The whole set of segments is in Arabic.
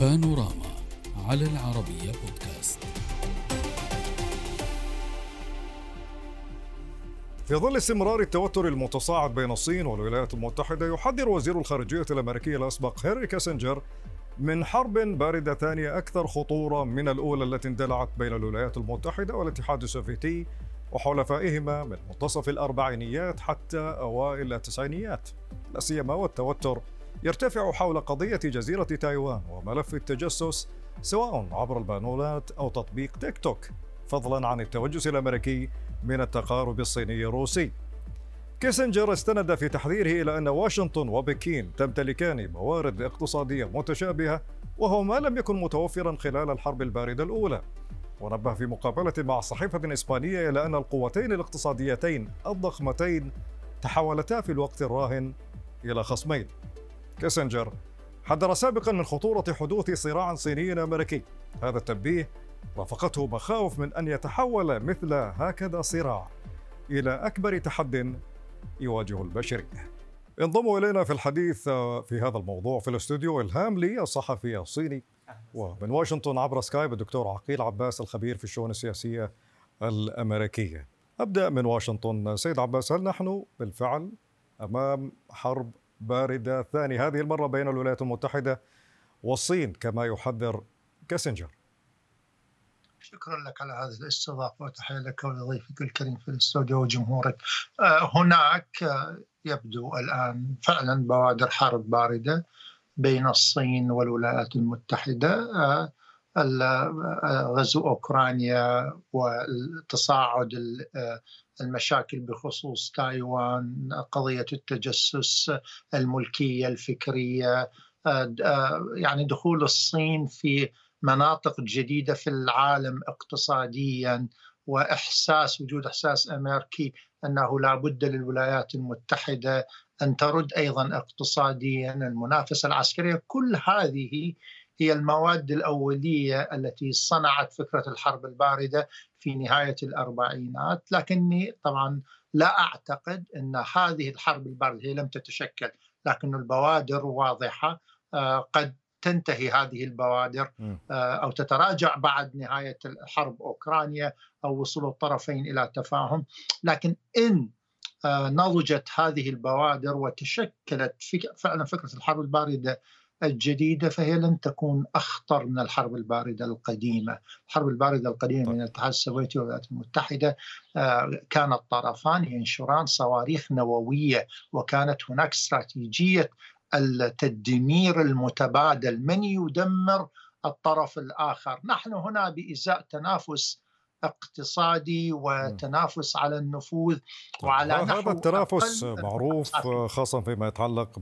بانوراما على العربية بودكاست. في ظل استمرار التوتر المتصاعد بين الصين والولايات المتحدة، يحذر وزير الخارجية الأمريكي الأسبق هنري كيسنجر من حرب باردة ثانية أكثر خطورة من الأولى التي اندلعت بين الولايات المتحدة والاتحاد السوفيتي وحلفائهما من منتصف الأربعينيات حتى أوائل التسعينيات، لا سيما والتوتر يرتفع حول قضية جزيرة تايوان وملف التجسس سواء عبر البانولات أو تطبيق تيك توك، فضلا عن التوجس الأمريكي من التقارب الصيني الروسي. كيسنجر استند في تحذيره إلى أن واشنطن وبكين تمتلكان موارد اقتصادية متشابهة، وهو ما لم يكن متوفرا خلال الحرب الباردة الأولى. ونبه في مقابلة مع صحيفة إسبانية إلى أن القوتين الاقتصاديتين الضخمتين تحولتا في الوقت الراهن إلى خصمين. كيسنجر حذر سابقا من خطورة حدوث صراع صيني أمريكي. هذا التنبيه رافقته مخاوف من أن يتحول مثل هكذا صراع إلى أكبر تحد يواجه البشرية. انضموا إلينا في الحديث في هذا الموضوع في الاستوديو إلهام لي الصحفي الصيني، ومن واشنطن عبر سكايب الدكتور عقيل عباس الخبير في الشؤون السياسية الأمريكية. أبدأ من واشنطن. سيد عباس، هل نحن بالفعل أمام حرب باردة ثانية هذه المرة بين الولايات المتحدة والصين كما يحذر كيسنجر؟ شكرا لك على هذه الاستضافة وتحية لك ولضيفك الكريم في الاستوديو وجمهورك. هناك يبدو الآن فعلا بوادر حرب باردة بين الصين والولايات المتحدة. غزو أوكرانيا وتصاعد المشاكل بخصوص تايوان، قضية التجسس، الملكية الفكرية، يعني دخول الصين في مناطق جديدة في العالم اقتصاديا، وجود إحساس أمريكي أنه لا بد للولايات المتحدة أن ترد أيضا اقتصاديا، المنافسة العسكرية. كل هذه هي المواد الأولية التي صنعت فكرة الحرب الباردة في نهاية الأربعينات. لكني طبعا لا أعتقد أن هذه الحرب الباردة هي لم تتشكل، لكن البوادر واضحة. قد تنتهي هذه البوادر أو تتراجع بعد نهاية حرب أوكرانيا أو وصول الطرفين إلى تفاهم. لكن إن نضجت هذه البوادر وتشكلت فعلا فكرة الحرب الباردة الجديدة، فهي لن تكون أخطر من الحرب الباردة القديمة. الحرب الباردة القديمة من الاتحاد السوفيتي والولايات المتحدة كان الطرفان ينشران صواريخ نووية، وكانت هناك استراتيجية التدمير المتبادل، من يدمر الطرف الآخر. نحن هنا بإزاء تنافس اقتصادي وتنافس على النفوذ وعلى هذا التنافس معروف خاصة فيما يتعلق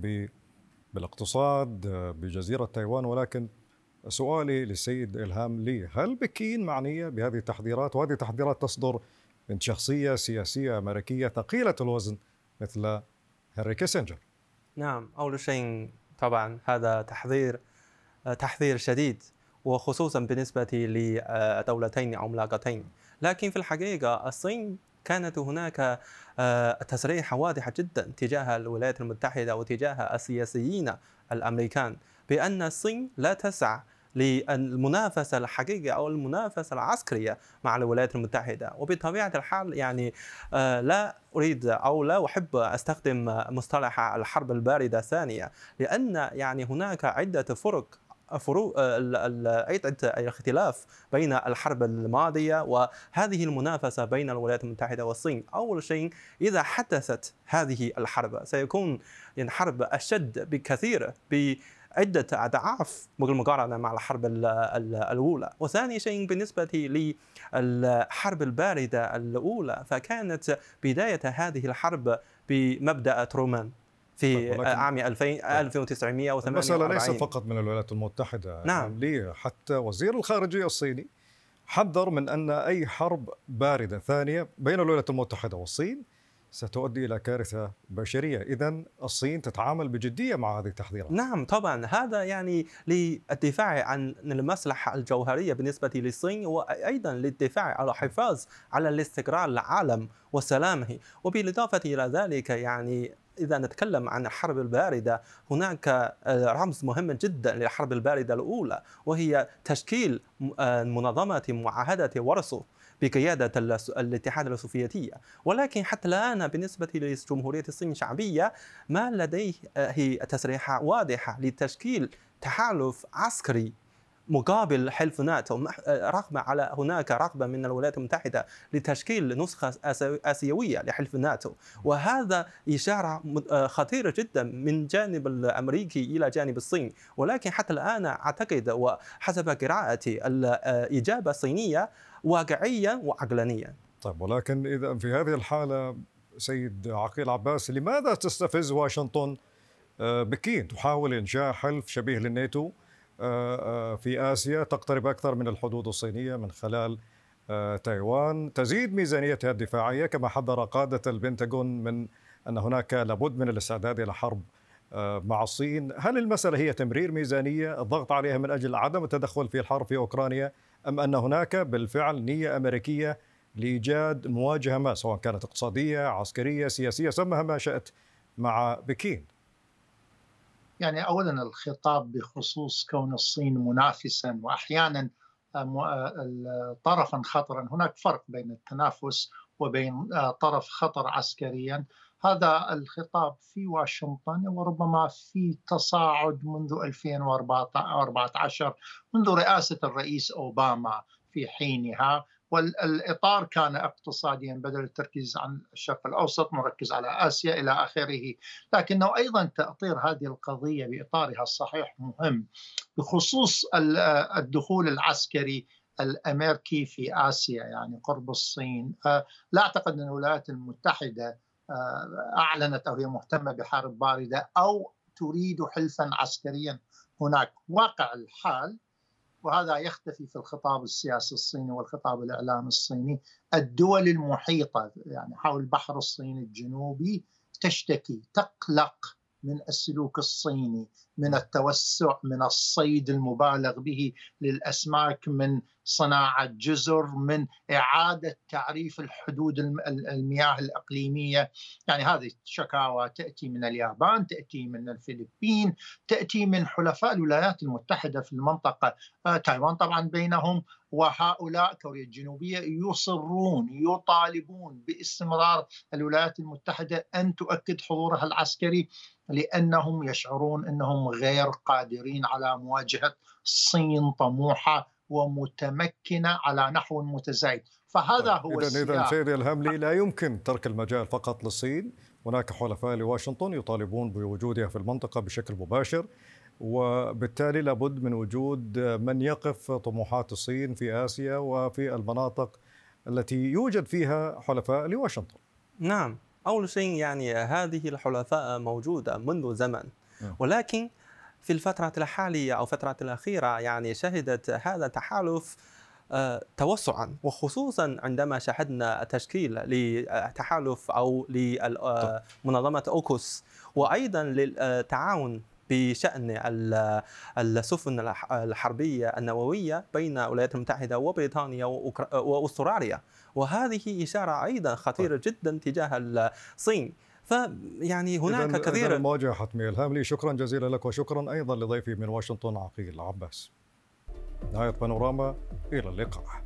بالاقتصاد بجزيرة تايوان. ولكن سؤالي للسيد إلهام لي، هل بكين معنية بهذه التحذيرات؟ وهذه التحذيرات تصدر من شخصية سياسية أمريكية ثقيلة الوزن مثل هنري كيسنجر. نعم، أول شيء طبعا هذا تحذير شديد، وخصوصا بالنسبة لدولتين عملاقتين. لكن في الحقيقة الصين كانت هناك تصريح واضح جدا تجاه الولايات المتحدة وتجاه السياسيين الأمريكان بأن الصين لا تسعى للمنافسة الحقيقية أو المنافسة العسكرية مع الولايات المتحدة. وبطبيعة الحال يعني لا أريد أو لا أحب أستخدم مصطلح الحرب الباردة الثانية، لأن يعني هناك عدة الاختلاف بين الحرب الماضية وهذه المنافسة بين الولايات المتحدة والصين. أول شيء، إذا حدثت هذه الحرب سيكون يعني حرب أشد بكثير بعدة أضعاف بالمقارنة مع الحرب الأولى. وثاني شيء، بالنسبة للحرب الباردة الأولى فكانت بداية هذه الحرب بمبدأ ترومان في عام 1948. المسألة ليس فقط من الولايات المتحدة. نعم، ليه حتى وزير الخارجية الصيني حذر من أن أي حرب باردة ثانية بين الولايات المتحدة والصين ستؤدي إلى كارثة بشرية. إذن الصين تتعامل بجدية مع هذه التحذيرات. نعم طبعا، هذا يعني للدفاع عن المصلحة الجوهرية بالنسبة للصين، وأيضا للدفاع على الحفاظ على الاستقرار العالم وسلامه. وبالإضافة إلى ذلك يعني إذا نتكلم عن الحرب الباردة، هناك رمز مهم جدا للحرب الباردة الأولى، وهي تشكيل منظمة معاهدة وارسو بقيادة الاتحاد السوفيتي. ولكن حتى الآن بالنسبة لجمهورية الصين الشعبية ما لديه تصريحات واضحة لتشكيل تحالف عسكري مقابل حلف ناتو، رغم على هناك رغبة من الولايات المتحدة لتشكيل نسخة آسيوية لحلف ناتو، وهذا إشارة خطيرة جدا من جانب الأمريكي إلى جانب الصين. ولكن حتى الآن أعتقد وحسب قراءتي الإجابة الصينية واقعية وعقلانية. طيب، ولكن إذا في هذه الحالة سيد عقيل عباس، لماذا تستفز واشنطن بكين تحاول إنشاء حلف شبيه للناتو في آسيا تقترب أكثر من الحدود الصينية من خلال تايوان، تزيد ميزانيتها الدفاعية، كما حذر قادة البنتاغون من أن هناك لابد من الاستعداد إلى حرب مع الصين؟ هل المسألة هي تمرير ميزانية، الضغط عليها من أجل عدم التدخل في الحرب في أوكرانيا، أم أن هناك بالفعل نية أمريكية لإيجاد مواجهة ما سواء كانت اقتصادية، عسكرية، سياسية، سمها ما شئت، مع بكين؟ يعني أولا الخطاب بخصوص كون الصين منافسا وأحيانا طرفا خطرا، هناك فرق بين التنافس وبين طرف خطر عسكريا. هذا الخطاب في واشنطن وربما في تصاعد منذ 2014 منذ رئاسة الرئيس أوباما في حينها، والإطار كان اقتصاديا بدل التركيز عن الشرق الأوسط نركز على آسيا إلى آخره. لكنه أيضا تأطير هذه القضية بإطارها الصحيح مهم بخصوص الدخول العسكري الأمريكي في آسيا، يعني قرب الصين. لا أعتقد أن الولايات المتحدة أعلنت أو هي مهتمة بحرب باردة أو تريد حلفا عسكريا هناك. واقع الحال، وهذا يختفي في الخطاب السياسي الصيني والخطاب الإعلامي الصيني، الدول المحيطة يعني حول البحر الصيني الجنوبي تشتكي، تقلق من السلوك الصيني، من التوسع، من الصيد المبالغ به للأسماك، من صناعة جزر، من إعادة تعريف الحدود المياه الإقليمية. يعني هذه الشكاوى تأتي من اليابان، تأتي من الفلبين، تأتي من حلفاء الولايات المتحدة في المنطقة، تايوان طبعا بينهم. وهؤلاء كوريا الجنوبية يصرون يطالبون باستمرار الولايات المتحدة أن تؤكد حضورها العسكري، لأنهم يشعرون أنهم غير قادرين على مواجهة الصين طموحة ومتمكنة على نحو متزايد. فهذا هو السياق. إذن سيدي الهملي، لا يمكن ترك المجال فقط للصين، هناك حلفاء لواشنطن يطالبون بوجودها في المنطقة بشكل مباشر، وبالتالي لابد من وجود من يقف طموحات الصين في آسيا وفي المناطق التي يوجد فيها حلفاء لواشنطن. نعم، أول شيء يعني هذه الحلفاء موجودة منذ زمن، ولكن في الفترة الحالية أو الفترة الأخيرة يعني شهدت هذا التحالف توسعا، وخصوصا عندما شاهدنا تشكيل لتحالف أو لمنظمة أوكوس، وأيضا للتعاون بشأن السفن الحربية النووية بين الولايات المتحدة وبريطانيا وأستراليا، وهذه إشارة أيضا خطيرة جدا تجاه الصين. فيعني هناك كثير. المواجهة حتمية. الهاملي، شكرا جزيلا لك، وشكرا أيضا لضيفي من واشنطن عقيل عباس. نهاية بانوراما، إلى اللقاء.